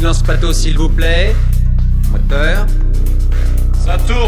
Silence plateau, s'il vous plaît. Moteur. Ça tourne.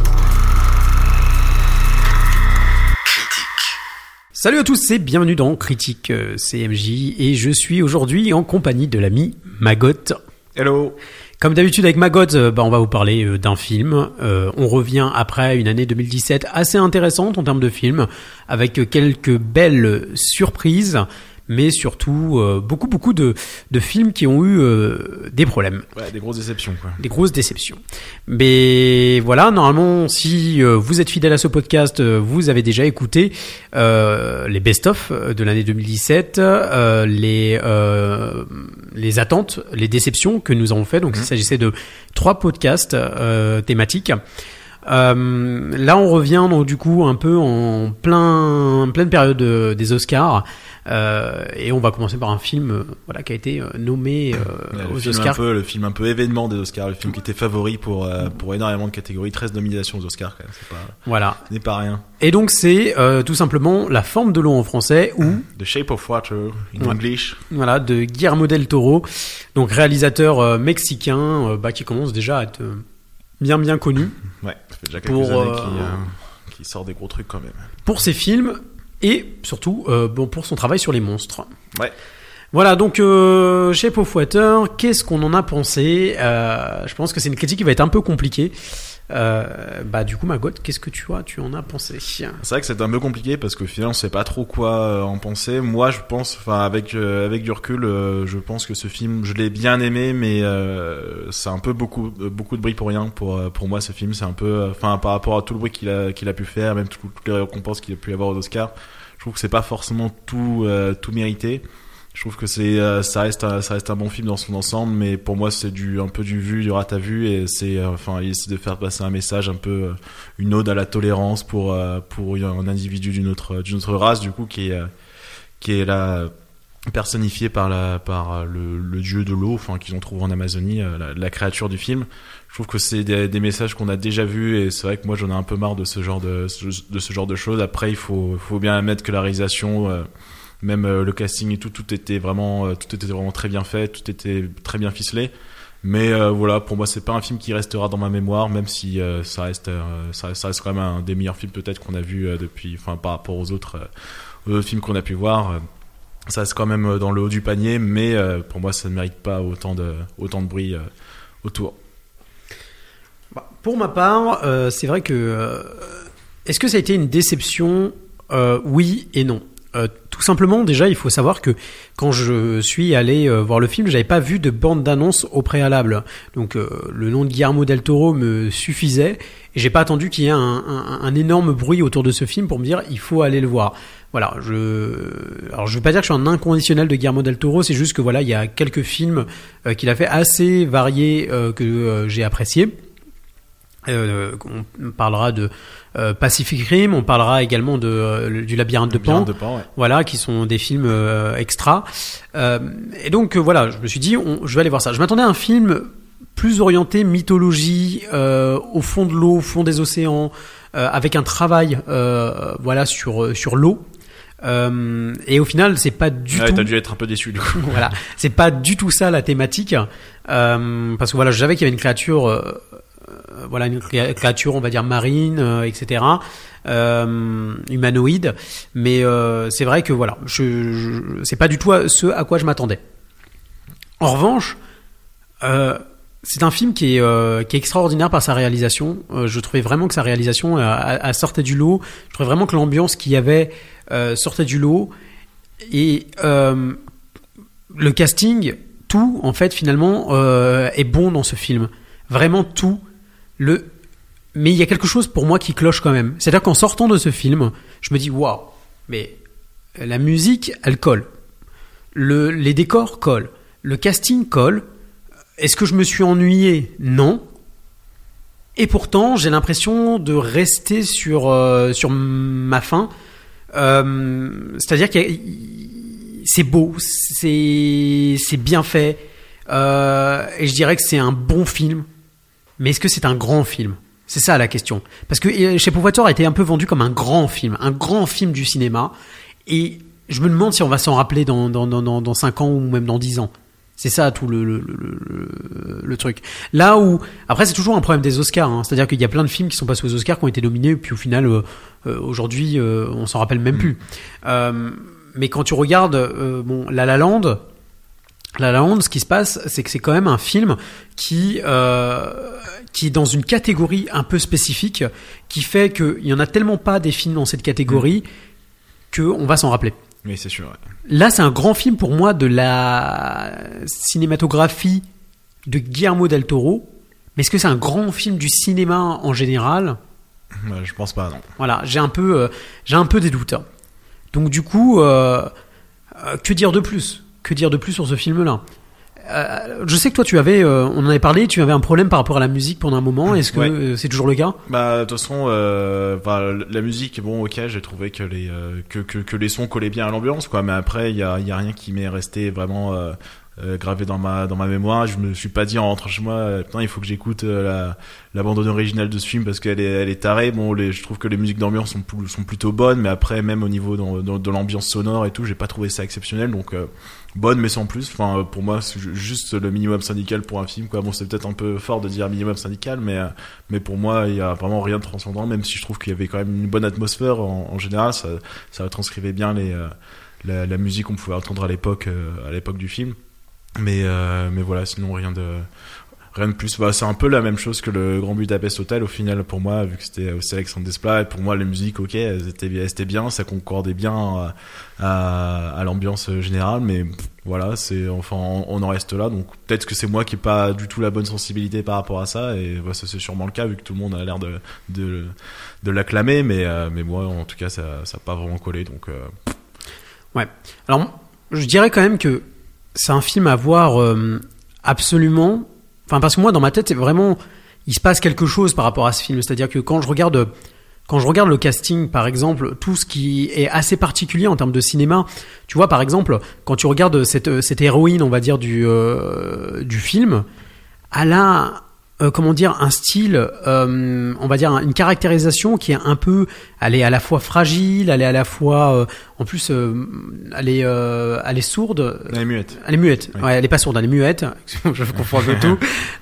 Salut à tous et bienvenue dans Critique CMJ et je suis aujourd'hui en compagnie de l'ami Magot. Hello. Comme d'habitude avec Magot, on va vous parler d'un film. On revient après une année 2017 assez intéressante en termes de film, avec quelques belles surprises, mais surtout beaucoup de films qui ont eu des problèmes. Ouais, des grosses déceptions, quoi. Des grosses déceptions. Mais voilà, normalement, si vous êtes fidèle à ce podcast, vous avez déjà écouté les best-of de l'année 2017, les attentes, les déceptions que nous avons fait. Donc, il s'agissait de 3 podcasts thématiques. Là, on revient donc du coup un peu en pleine période des Oscars. Et on va commencer par un film qui a été nommé aux Oscars. Le film un peu événement des Oscars, le film qui était favori pour énormément de catégories, 13 nominations aux Oscars quand même, ce n'est pas rien. Et donc c'est tout simplement La forme de l'eau en français ou The Shape of Water in English. Voilà, de Guillermo del Toro, donc réalisateur mexicain qui commence déjà à être bien connu. Ouais, ça fait déjà quelques années qu'il sort des gros trucs quand même. Pour ses films et surtout pour son travail sur les monstres. Ouais. Voilà, donc Shape of Water, qu'est-ce qu'on en a pensé ? Je pense que c'est une critique qui va être un peu compliquée. Du coup, Magot, qu'est-ce que tu en as pensé ? C'est vrai que c'est un peu compliqué parce qu'au final, on sait pas trop quoi en penser. Moi, je pense, avec du recul, je pense que ce film, je l'ai bien aimé, mais c'est un peu beaucoup de bruit pour rien pour moi. Ce film, c'est un peu, par rapport à tout le bruit qu'il a pu faire, même toutes les récompenses qu'il a pu avoir aux Oscars, je trouve que c'est pas forcément tout mérité. Je trouve que ça reste un bon film dans son ensemble, mais pour moi c'est un peu du vu, du rat à vue, et il essaie de faire passer un message un peu, une ode à la tolérance pour un individu d'une autre race, du coup, qui est là personnifié par le dieu de l'eau, qu'ils ont trouvé en Amazonie, la créature du film. Je trouve que c'est des messages qu'on a déjà vus, et c'est vrai que moi j'en ai un peu marre de ce genre de choses. Après, il faut bien admettre que la réalisation, même le casting et tout était vraiment très bien fait, tout était très bien ficelé. Mais pour moi c'est pas un film qui restera dans ma mémoire, même si ça reste quand même un des meilleurs films peut-être qu'on a vu depuis, par rapport aux autres films qu'on a pu voir. Ça reste quand même dans le haut du panier, mais pour moi ça ne mérite pas autant de bruit autour. Pour ma part, c'est vrai que est-ce que ça a été une déception ? Oui et non. Tout simplement, déjà, il faut savoir que quand je suis allé voir le film, j'avais pas vu de bande d'annonce au préalable. Donc, le nom de Guillermo del Toro me suffisait et j'ai pas attendu qu'il y ait un énorme bruit autour de ce film pour me dire il faut aller le voir. Voilà. Alors, je veux pas dire que je suis un inconditionnel de Guillermo del Toro, c'est juste que il y a quelques films qu'il a fait assez variés que j'ai appréciés. On parlera de Pacific Rim, on parlera également du Labyrinthe de Pan, ouais. Voilà, qui sont des films extra. Et donc je me suis dit, je vais aller voir ça. Je m'attendais à un film plus orienté mythologie, au fond de l'eau, au fond des océans, avec un travail sur l'eau. Et au final, c'est pas du tout. T'as dû être un peu déçu du coup. Voilà, c'est pas du tout ça la thématique, parce que je savais qu'il y avait une créature. Une créature, on va dire marine, etc., humanoïde, mais c'est vrai que c'est pas du tout ce à quoi je m'attendais. En revanche, c'est un film qui est extraordinaire par sa réalisation. Je trouvais vraiment que sa réalisation sortait du lot. Je trouvais vraiment que l'ambiance qu'il y avait sortait du lot, et le casting, tout en fait finalement est bon dans ce film. Vraiment tout. Mais il y a quelque chose pour moi qui cloche quand même. C'est-à-dire qu'en sortant de ce film, je me dis waouh, mais la musique, elle colle. Les décors collent. Le casting colle. Est-ce que je me suis ennuyé ? Non. Et pourtant, j'ai l'impression de rester sur ma faim. C'est-à-dire que c'est beau, c'est bien fait. Et je dirais que c'est un bon film. Mais est-ce que c'est un grand film ? C'est ça la question. Parce que Shape of Water a été un peu vendu comme un grand film du cinéma. Et je me demande si on va s'en rappeler dans 5 ans ou même dans 10 ans. C'est ça tout le truc. Là où après c'est toujours un problème des Oscars, hein. C'est-à-dire qu'il y a plein de films qui sont passés aux Oscars qui ont été nominés puis au final aujourd'hui on s'en rappelle même plus. Mais quand tu regardes La La Land, ce qui se passe, c'est que c'est quand même un film qui est dans une catégorie un peu spécifique, qui fait qu'il y en a tellement pas des films dans cette catégorie qu'on va s'en rappeler. Oui, c'est sûr. Ouais. Là, c'est un grand film pour moi de la cinématographie de Guillermo del Toro. Mais est-ce que c'est un grand film du cinéma en général ? Je pense pas, non. Voilà, j'ai un peu des doutes. Donc du coup, que dire de plus ? Que dire de plus sur ce film-là ? Je sais que toi, on en avait parlé, tu avais un problème par rapport à la musique pendant un moment. Est-ce que c'est toujours le cas ? Bah, de toute façon, la musique, bon, ok, j'ai trouvé que les sons collaient bien à l'ambiance, quoi. Mais après, il y a rien qui m'est resté vraiment gravé dans ma mémoire. Je me suis pas dit en rentrant chez moi, putain, il faut que j'écoute la bande originale de ce film parce qu'elle est tarée. Bon, je trouve que les musiques d'ambiance sont plutôt bonnes, mais après, même au niveau de l'ambiance sonore et tout, j'ai pas trouvé ça exceptionnel. Donc bonne mais sans plus. Enfin, pour moi, c'est juste le minimum syndical pour un film, quoi. Bon, c'est peut-être un peu fort de dire minimum syndical, mais pour moi, il y a vraiment rien de transcendant, même si je trouve qu'il y avait quand même une bonne atmosphère en général. Ça transcrivait bien la musique qu'on pouvait entendre à l'époque du film. Mais voilà, sinon rien de plus. Bah, c'est un peu la même chose que le Grand Budapest Hotel au final pour moi, vu que c'était aussi Alexandre Desplat. Et pour moi, les musiques, ok, elles étaient bien, ça concordait bien à l'ambiance générale, mais voilà, on en reste là. Donc peut-être que c'est moi qui ai pas du tout la bonne sensibilité par rapport à ça, et ça c'est sûrement le cas vu que tout le monde a l'air de l'acclamer, mais moi en tout cas ça a pas vraiment collé. Donc ouais. Alors je dirais quand même que c'est un film à voir absolument. Enfin, parce que moi, dans ma tête, c'est vraiment, il se passe quelque chose par rapport à ce film. C'est-à-dire que quand je regarde le casting, par exemple, tout ce qui est assez particulier en termes de cinéma, tu vois, par exemple, quand tu regardes cette héroïne, on va dire du film, elle a un style, on va dire une caractérisation qui est un peu, elle est à la fois fragile, elle est à la fois, en plus, elle est sourde. Elle est muette. Elle est muette. Oui. Ouais, elle est pas sourde, elle est muette. Je confonds un peu tout.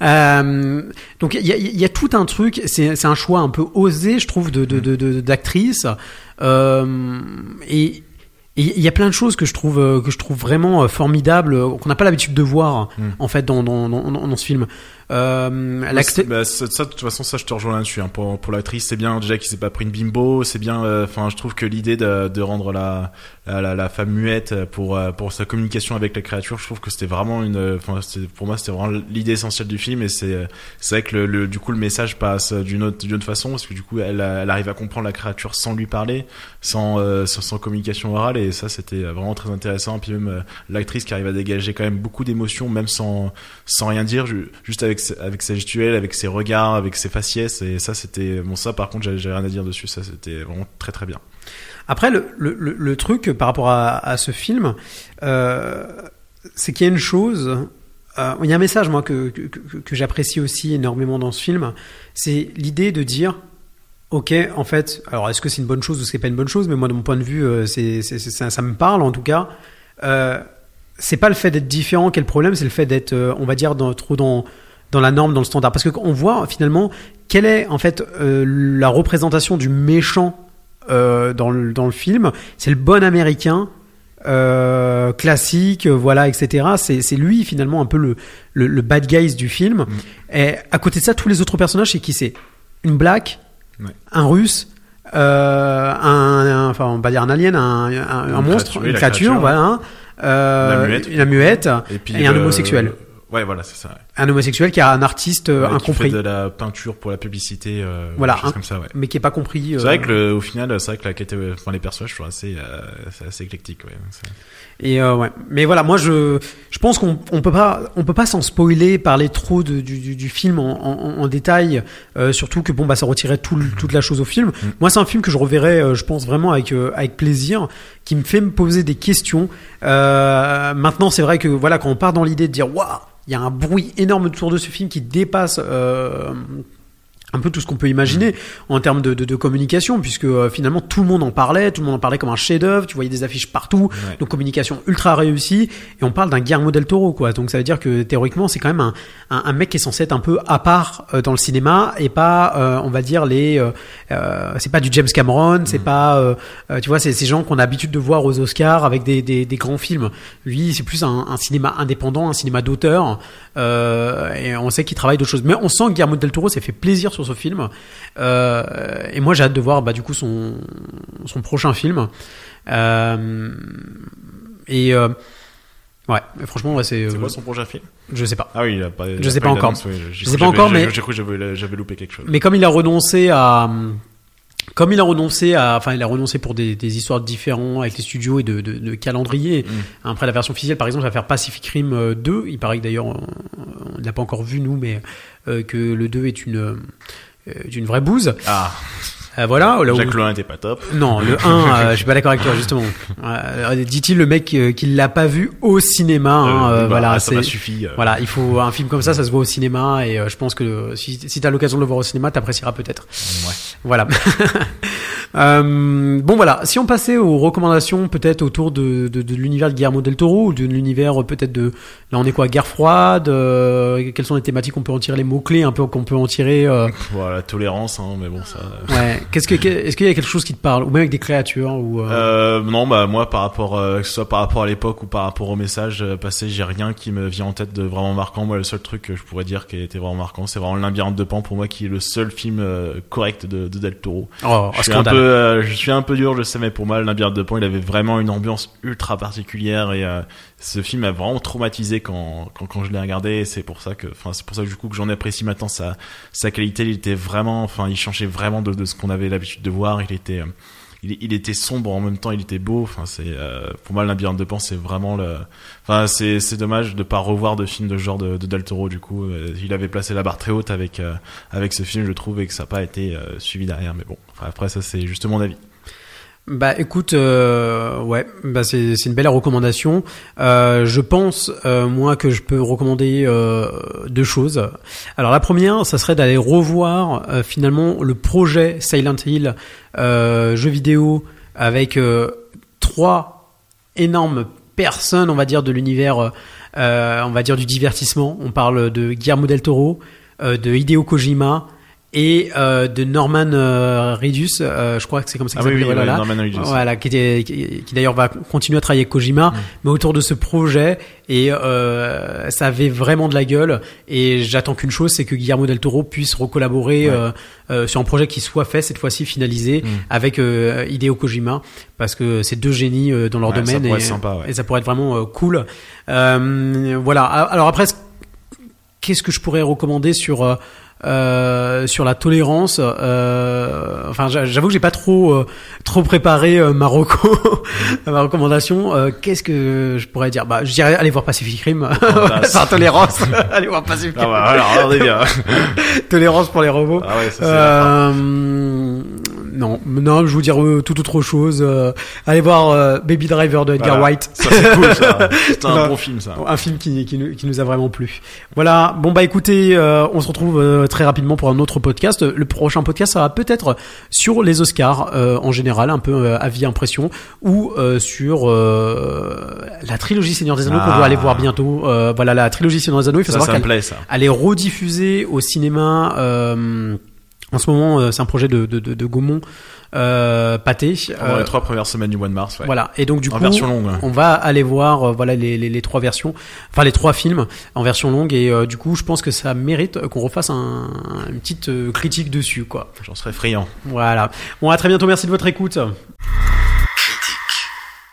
Donc il y a tout un truc. C'est un choix un peu osé, je trouve, d'actrice. Et il y a plein de choses que je trouve vraiment formidables, qu'on n'a pas l'habitude de voir en fait dans ce film. Ça, de toute façon, ça je te rejoins là-dessus. Hein. Pour l'actrice, c'est bien déjà qu'il s'est pas pris une bimbo. C'est bien. Enfin, je trouve que l'idée de rendre la femme muette pour sa communication avec la créature, je trouve que c'était vraiment pour moi c'était vraiment l'idée essentielle du film. Et c'est vrai que du coup le message passe d'une autre façon, parce que du coup elle arrive à comprendre la créature sans lui parler, sans communication orale, et ça c'était vraiment très intéressant. Puis même l'actrice qui arrive à dégager quand même beaucoup d'émotions, même sans rien dire, juste avec sa gestuelle, avec ses regards, avec ses faciès, et ça c'était bon. Ça par contre j'ai rien à dire dessus, ça c'était vraiment très très bien. Après le truc par rapport à ce film, c'est qu'il y a une chose, il y a un message moi que j'apprécie aussi énormément dans ce film, c'est l'idée de dire ok, en fait, alors est-ce que c'est une bonne chose ou c'est pas une bonne chose, mais moi de mon point de vue ça me parle en tout cas. C'est pas le fait d'être différent qui est le problème, c'est le fait d'être on va dire trop dans la norme, dans le standard, parce qu'on voit finalement quelle est en fait la représentation du méchant dans le film. C'est le bon américain classique, voilà, etc. C'est lui finalement un peu le bad guys du film. Et à côté de ça, tous les autres personnages, c'est qui? C'est une black, un russe, enfin on va dire un alien, un monstre, une créature, voilà, la muette et un homosexuel. Ouais, voilà, c'est ça. Ouais. Un homosexuel qui a un artiste incompris. Qui fait de la peinture pour la publicité, voilà, des choses comme ça, ouais. Mais qui est pas compris. C'est vrai que au final, c'est vrai que la quête, les personnages sont assez éclectiques, ouais. Et ouais, mais voilà, moi je pense qu'on peut pas sans spoiler, parler trop du film en détail, surtout que ça retirait toute la chose au film. Moi c'est un film que je reverrai, je pense vraiment avec plaisir, qui me fait me poser des questions. Maintenant c'est vrai que voilà, quand on part dans l'idée de dire waouh, il y a un bruit énorme autour de ce film qui dépasse un peu tout ce qu'on peut imaginer en termes de communication, puisque finalement tout le monde en parlait comme un chef-d'œuvre, tu voyais des affiches partout, donc communication ultra réussie, et on parle d'un Guillermo del Toro, quoi. Donc ça veut dire que théoriquement c'est quand même un mec qui est censé être un peu à part dans le cinéma, et pas on va dire c'est pas du James Cameron, c'est pas tu vois, c'est ces gens qu'on a l'habitude de voir aux Oscars avec des grands films. Lui c'est plus un cinéma indépendant, un cinéma d'auteur, et on sait qu'il travaille d'autres choses, mais on sent que Guillermo del Toro s'est fait plaisir sur ce film, et moi j'ai hâte de voir du coup son prochain film, ouais, franchement c'est quoi son prochain film? Je sais pas. Ah oui, il a pas. Je sais pas encore. Je sais pas encore, mais j'ai cru que j'avais loupé quelque chose. Mais comme il a renoncé enfin, il a renoncé pour des histoires différentes avec les studios et de calendrier. Après, la version officielle, par exemple, va faire Pacific Rim 2. Il paraît que d'ailleurs, on l'a pas encore vu, nous, mais que le 2 est une vraie bouse. Ah. Voilà. Jacques le 1 était pas top. Non, le 1, je suis pas d'accord avec toi, justement. Dit-il le mec qui l'a pas vu au cinéma. Voilà, ça m'a suffi. Voilà, il faut un film comme ça se voit au cinéma, et je pense que si t'as l'occasion de le voir au cinéma, t'apprécieras peut-être. Ouais. Voilà. Bon voilà, si on passait aux recommandations peut-être autour de l'univers de Guillermo del Toro, ou de l'univers peut-être là on est quoi, guerre froide, quelles sont les thématiques qu'on peut en tirer, les mots-clés un peu qu'on peut en tirer Voilà, tolérance, mais bon ça. Ouais, est-ce qu'il y a quelque chose qui te parle, ou même avec des créatures ou non, moi par rapport que ce soit par rapport à l'époque ou par rapport au message passé, j'ai rien qui me vient en tête de vraiment marquant. Moi le seul truc que je pourrais dire qui était vraiment marquant, c'est vraiment le Labyrinthe de Pan, pour moi, qui est le seul film correct de del Toro. Je suis un peu dur, je sais, mais pour moi, le Labyrinthe de Pan, il avait vraiment une ambiance ultra particulière, et ce film m'a vraiment traumatisé quand je l'ai regardé, et c'est pour ça que du coup que j'en apprécie maintenant sa qualité. Il était vraiment, il changeait vraiment de ce qu'on avait l'habitude de voir. Il était sombre, en même temps il était beau. Pour moi, le Labyrinthe de Pan, c'est vraiment c'est dommage de pas revoir de films de ce genre de del Toro. Du coup, il avait placé la barre très haute avec ce film, je trouve, et que ça n'a pas été suivi derrière. Mais bon, après ça, c'est juste mon avis. Bah écoute, ouais, bah c'est une belle recommandation. Je pense moi que je peux recommander deux choses. Alors la première, ça serait d'aller revoir finalement le projet Silent Hill jeu vidéo, avec trois énormes personnes, on va dire, de l'univers, on va dire, du divertissement. On parle de Guillermo del Toro, de Hideo Kojima et de Norman Reedus, je crois que c'est comme ça que ça s'appelle. Voilà, Norman Reedus. Voilà, qui d'ailleurs va continuer à travailler avec Kojima, mais autour de ce projet, et ça avait vraiment de la gueule, et j'attends qu'une chose, c'est que Guillermo del Toro puisse recollaborer sur un projet qui soit fait cette fois-ci, finalisé, avec Hideo Kojima, parce que c'est deux génies dans leur domaine, et ça pourrait être vraiment cool. Voilà. Alors après, qu'est-ce que je pourrais recommander sur la tolérance, j'avoue que j'ai pas trop préparé ma recommandation. Qu'est-ce que je pourrais dire? Je dirais aller voir Pacific Rim. Par tolérance. Allez voir Pacific Rim. Alors on est bien. Tolérance pour les robots. Ah ouais, ça c'est non, je vous dire toute autre chose. Allez voir Baby Driver de Edgar Wright. Ça c'est cool, ça. C'est un bon film, ça. Un film qui nous a vraiment plu. Voilà. Bon écoutez, on se retrouve très rapidement pour un autre podcast. Le prochain podcast sera peut-être sur les Oscars en général, un peu avis, impression, ou sur la trilogie Seigneur des Anneaux qu'on doit aller voir bientôt. Voilà, la trilogie Seigneur des Anneaux. Il faut savoir qu'elle est rediffusée au cinéma. En ce moment, c'est un projet de Gaumont, Pathé. Pendant les 3 premières semaines du mois de mars. Ouais. Voilà. Et donc du coup, version longue. On va aller voir les 3 versions, les 3 films en version longue, et du coup, je pense que ça mérite qu'on refasse une petite critique dessus, quoi. J'en serais friand. Voilà. Bon, à très bientôt. Merci de votre écoute.